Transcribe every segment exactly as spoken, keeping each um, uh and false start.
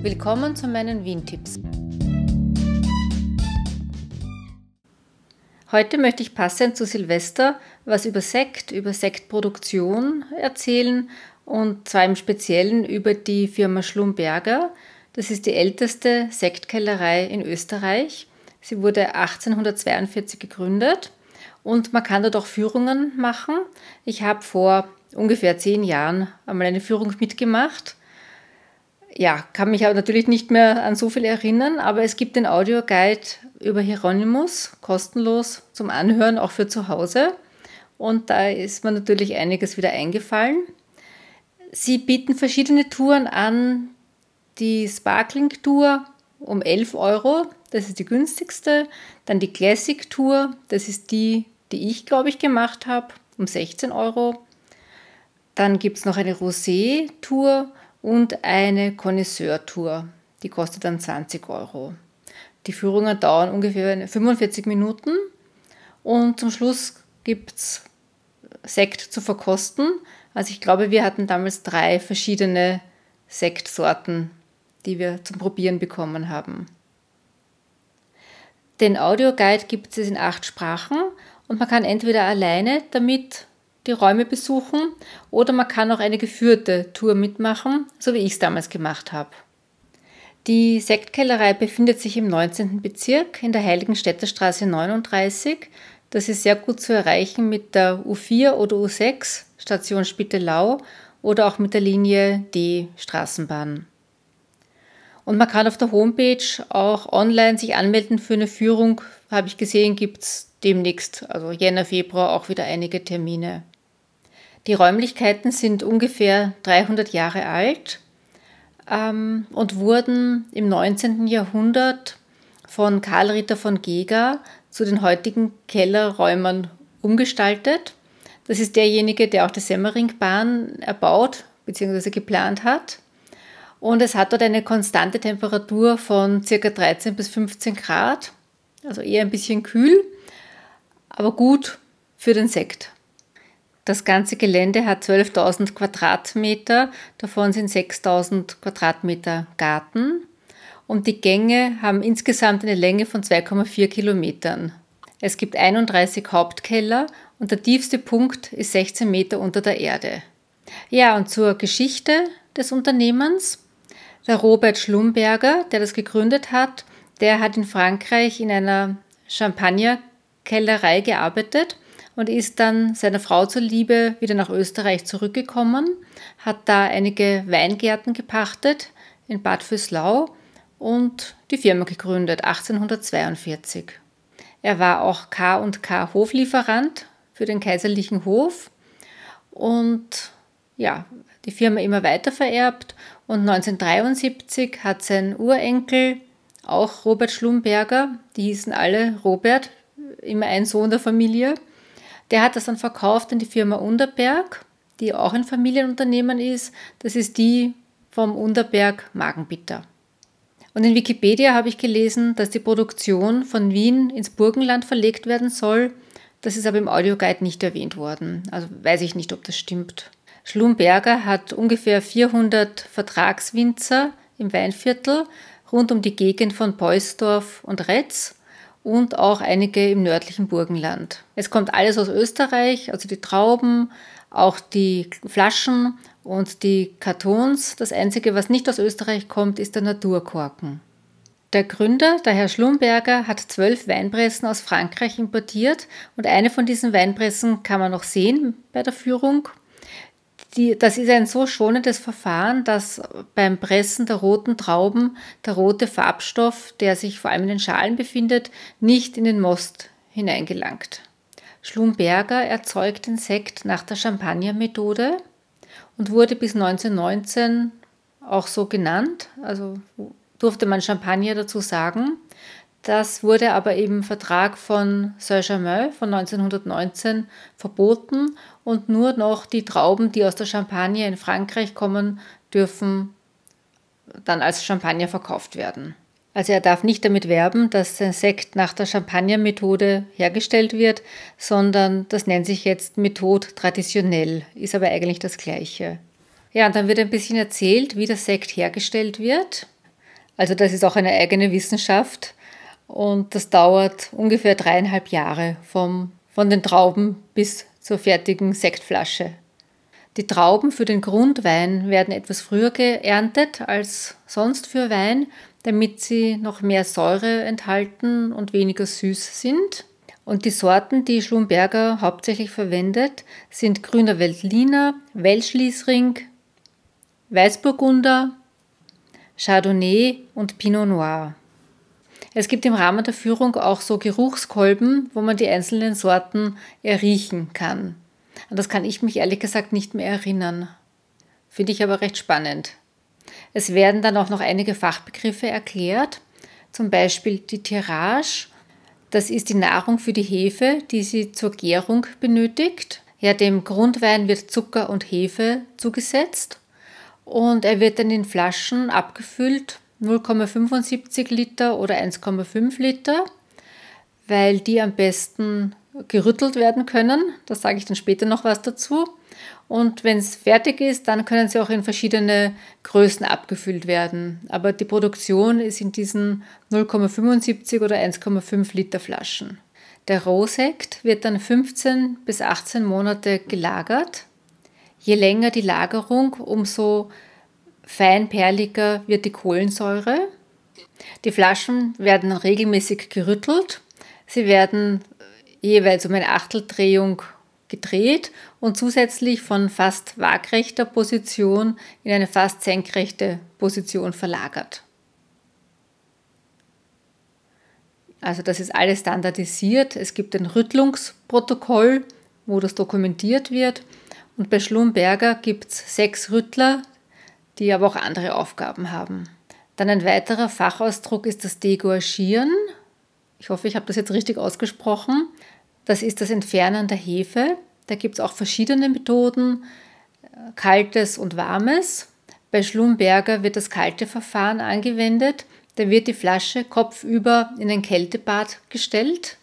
Willkommen zu meinen Wien-Tipps. Heute möchte ich passend zu Silvester was über Sekt, über Sektproduktion erzählen und zwar im Speziellen über die Firma Schlumberger. Das ist die älteste Sektkellerei in Österreich. Sie wurde achtzehnhundertzweiundvierzig gegründet und man kann dort auch Führungen machen. Ich habe vor ungefähr zehn Jahren einmal eine Führung mitgemacht. Ja, kann mich aber natürlich nicht mehr an so viel erinnern, aber es gibt den Audioguide über Hieronymus, kostenlos zum Anhören, auch für zu Hause. Und da ist mir natürlich einiges wieder eingefallen. Sie bieten verschiedene Touren an. Die Sparkling Tour um elf Euro, das ist die günstigste. Dann die Classic Tour, das ist die, die ich, glaube ich, gemacht habe, um sechzehn Euro. Dann gibt es noch eine Rosé Tour und eine Connoisseur-Tour. Die kostet dann zwanzig Euro. Die Führungen dauern ungefähr fünfundvierzig Minuten und zum Schluss gibt es Sekt zu verkosten. Also ich glaube, wir hatten damals drei verschiedene Sektsorten, die wir zum Probieren bekommen haben. Den Audioguide gibt es in acht Sprachen und man kann entweder alleine damit die Räume besuchen oder man kann auch eine geführte Tour mitmachen, so wie ich es damals gemacht habe. Die Sektkellerei befindet sich im neunzehnten Bezirk in der Heiligenstädter Straße neununddreißig. Das ist sehr gut zu erreichen mit der U vier oder U sechs, Station Spittelau oder auch mit der Linie D Straßenbahn. Und man kann auf der Homepage auch online sich anmelden für eine Führung. Habe ich gesehen, gibt es demnächst, also Jänner, Februar, auch wieder einige Termine. Die Räumlichkeiten sind ungefähr dreihundert Jahre alt ähm, und wurden im neunzehnten Jahrhundert von Karl Ritter von Geger zu den heutigen Kellerräumen umgestaltet. Das ist derjenige, der auch die Semmeringbahn erbaut bzw. geplant hat. Und es hat dort eine konstante Temperatur von ca. dreizehn bis fünfzehn Grad, also eher ein bisschen kühl, aber gut für den Sekt. Das ganze Gelände hat zwölftausend Quadratmeter, davon sind sechstausend Quadratmeter Garten und die Gänge haben insgesamt eine Länge von zwei Komma vier Kilometern. Es gibt einunddreißig Hauptkeller und der tiefste Punkt ist sechzehn Meter unter der Erde. Ja, und zur Geschichte des Unternehmens. Der Robert Schlumberger, der das gegründet hat, der hat in Frankreich in einer Champagnerkellerei gearbeitet und ist dann seiner Frau zuliebe wieder nach Österreich zurückgekommen, hat da einige Weingärten gepachtet in Bad Vöslau und die Firma gegründet, achtzehnhundertzweiundvierzig. Er war auch K und K Hoflieferant für den kaiserlichen Hof und ja, die Firma immer weiter vererbt und neunzehnhundertdreiundsiebzig hat sein Urenkel, auch Robert Schlumberger, die hießen alle Robert, immer ein Sohn der Familie, der hat das dann verkauft an die Firma Underberg, die auch ein Familienunternehmen ist. Das ist die vom Underberg Magenbitter. Und in Wikipedia habe ich gelesen, dass die Produktion von Wien ins Burgenland verlegt werden soll. Das ist aber im Audioguide nicht erwähnt worden. Also weiß ich nicht, ob das stimmt. Schlumberger hat ungefähr vierhundert Vertragswinzer im Weinviertel rund um die Gegend von Beusdorf und Retz und auch einige im nördlichen Burgenland. Es kommt alles aus Österreich, also die Trauben, auch die Flaschen und die Kartons. Das Einzige, was nicht aus Österreich kommt, ist der Naturkorken. Der Gründer, der Herr Schlumberger, hat zwölf Weinpressen aus Frankreich importiert und eine von diesen Weinpressen kann man noch sehen bei der Führung. Die, das ist ein so schonendes Verfahren, dass beim Pressen der roten Trauben der rote Farbstoff, der sich vor allem in den Schalen befindet, nicht in den Most hineingelangt. Schlumberger erzeugt den Sekt nach der Champagner-Methode und wurde bis neunzehnhundertneunzehn auch so genannt, also durfte man Champagner dazu sagen. Das wurde aber im Vertrag von Saint-Germain von neunzehnhundertneunzehn verboten und nur noch die Trauben, die aus der Champagne in Frankreich kommen, dürfen dann als Champagner verkauft werden. Also er darf nicht damit werben, dass sein Sekt nach der Champagner-Methode hergestellt wird, sondern das nennt sich jetzt Methode traditionnelle, ist aber eigentlich das Gleiche. Ja, und dann wird ein bisschen erzählt, wie der Sekt hergestellt wird. Also das ist auch eine eigene Wissenschaft und das dauert ungefähr dreieinhalb Jahre vom, von den Trauben bis zur fertigen Sektflasche. Die Trauben für den Grundwein werden etwas früher geerntet als sonst für Wein, damit sie noch mehr Säure enthalten und weniger süß sind. Und die Sorten, die Schlumberger hauptsächlich verwendet, sind Grüner Veltliner, Welschriesling, Weißburgunder, Chardonnay und Pinot Noir. Es gibt im Rahmen der Führung auch so Geruchskolben, wo man die einzelnen Sorten erriechen kann. An das kann ich mich ehrlich gesagt nicht mehr erinnern. Finde ich aber recht spannend. Es werden dann auch noch einige Fachbegriffe erklärt, zum Beispiel die Tirage. Das ist die Nahrung für die Hefe, die sie zur Gärung benötigt. Ja, dem Grundwein wird Zucker und Hefe zugesetzt und er wird dann in Flaschen abgefüllt, null Komma fünfundsiebzig Liter oder eins Komma fünf Liter, weil die am besten gerüttelt werden können. Da sage ich dann später noch was dazu. Und wenn es fertig ist, dann können sie auch in verschiedene Größen abgefüllt werden. Aber die Produktion ist in diesen null Komma fünfundsiebzig oder eins Komma fünf Liter Flaschen. Der Rohsekt wird dann fünfzehn bis achtzehn Monate gelagert. Je länger die Lagerung, umso feinperliger wird die Kohlensäure. Die Flaschen werden regelmäßig gerüttelt. Sie werden jeweils um eine Achteldrehung gedreht und zusätzlich von fast waagrechter Position in eine fast senkrechte Position verlagert. Also das ist alles standardisiert. Es gibt ein Rüttlungsprotokoll, wo das dokumentiert wird. Und bei Schlumberger gibt es sechs Rüttler, die aber auch andere Aufgaben haben. Dann ein weiterer Fachausdruck ist das Degorgieren. Ich hoffe, ich habe das jetzt richtig ausgesprochen. Das ist das Entfernen der Hefe. Da gibt es auch verschiedene Methoden, kaltes und warmes. Bei Schlumberger wird das kalte Verfahren angewendet. Da wird die Flasche kopfüber in ein Kältebad gestellt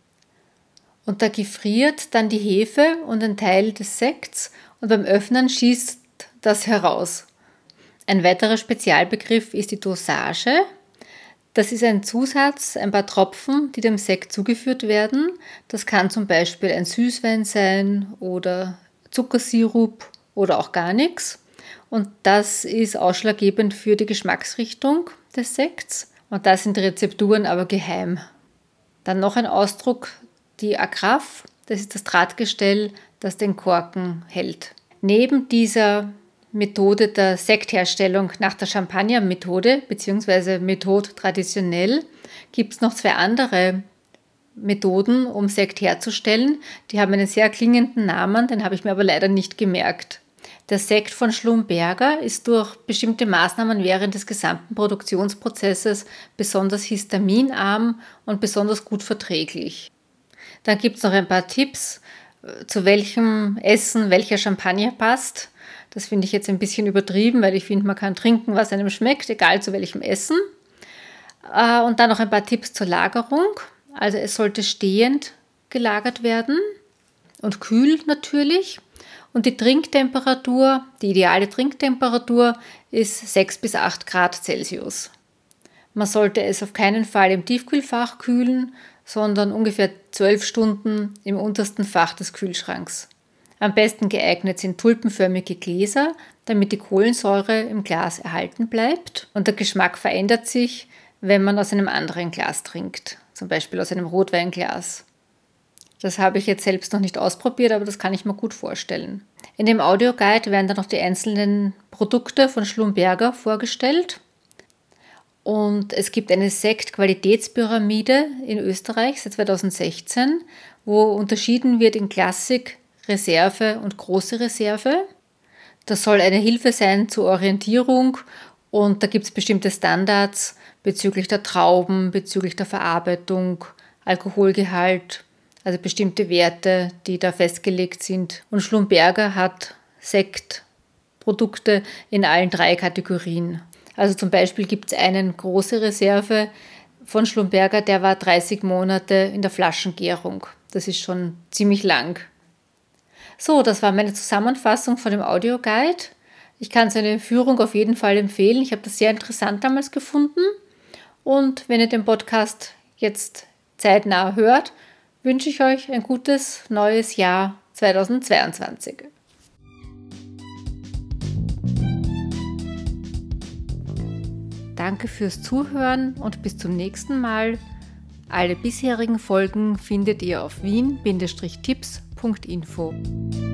und da gefriert dann die Hefe und ein Teil des Sekts und beim Öffnen schießt das heraus. Ein weiterer Spezialbegriff ist die Dosage. Das ist ein Zusatz, ein paar Tropfen, die dem Sekt zugeführt werden. Das kann zum Beispiel ein Süßwein sein oder Zuckersirup oder auch gar nichts. Und das ist ausschlaggebend für die Geschmacksrichtung des Sekts. Und da sind die Rezepturen aber geheim. Dann noch ein Ausdruck, die Agraffe. Das ist das Drahtgestell, das den Korken hält. Neben dieser Methode der Sektherstellung nach der Champagner-Methode bzw. Methode traditionell gibt es noch zwei andere Methoden, um Sekt herzustellen. Die haben einen sehr klingenden Namen, den habe ich mir aber leider nicht gemerkt. Der Sekt von Schlumberger ist durch bestimmte Maßnahmen während des gesamten Produktionsprozesses besonders histaminarm und besonders gut verträglich. Dann gibt es noch ein paar Tipps, zu welchem Essen welcher Champagner passt. Das finde ich jetzt ein bisschen übertrieben, weil ich finde, man kann trinken, was einem schmeckt, egal zu welchem Essen. Und dann noch ein paar Tipps zur Lagerung. Also es sollte stehend gelagert werden und kühl natürlich. Und die Trinktemperatur, die ideale Trinktemperatur ist sechs bis acht Grad Celsius. Man sollte es auf keinen Fall im Tiefkühlfach kühlen, sondern ungefähr zwölf Stunden im untersten Fach des Kühlschranks. Am besten geeignet sind tulpenförmige Gläser, damit die Kohlensäure im Glas erhalten bleibt und der Geschmack verändert sich, wenn man aus einem anderen Glas trinkt, zum Beispiel aus einem Rotweinglas. Das habe ich jetzt selbst noch nicht ausprobiert, aber das kann ich mir gut vorstellen. In dem Audioguide werden dann noch die einzelnen Produkte von Schlumberger vorgestellt. Und es gibt eine Sekt-Qualitätspyramide in Österreich seit zweitausendsechzehn, wo unterschieden wird in Klassik, Reserve und große Reserve. Das soll eine Hilfe sein zur Orientierung und da gibt es bestimmte Standards bezüglich der Trauben, bezüglich der Verarbeitung, Alkoholgehalt, also bestimmte Werte, die da festgelegt sind. Und Schlumberger hat Sektprodukte in allen drei Kategorien. Also zum Beispiel gibt es einen große Reserve von Schlumberger, der war dreißig Monate in der Flaschengärung. Das ist schon ziemlich lang. So, das war meine Zusammenfassung von dem Audioguide. Ich kann seine Führung auf jeden Fall empfehlen. Ich habe das sehr interessant damals gefunden. Und wenn ihr den Podcast jetzt zeitnah hört, wünsche ich euch ein gutes neues Jahr zweitausendzweiundzwanzig. Danke fürs Zuhören und bis zum nächsten Mal. Alle bisherigen Folgen findet ihr auf wien Bindestrich tipps Punkt info.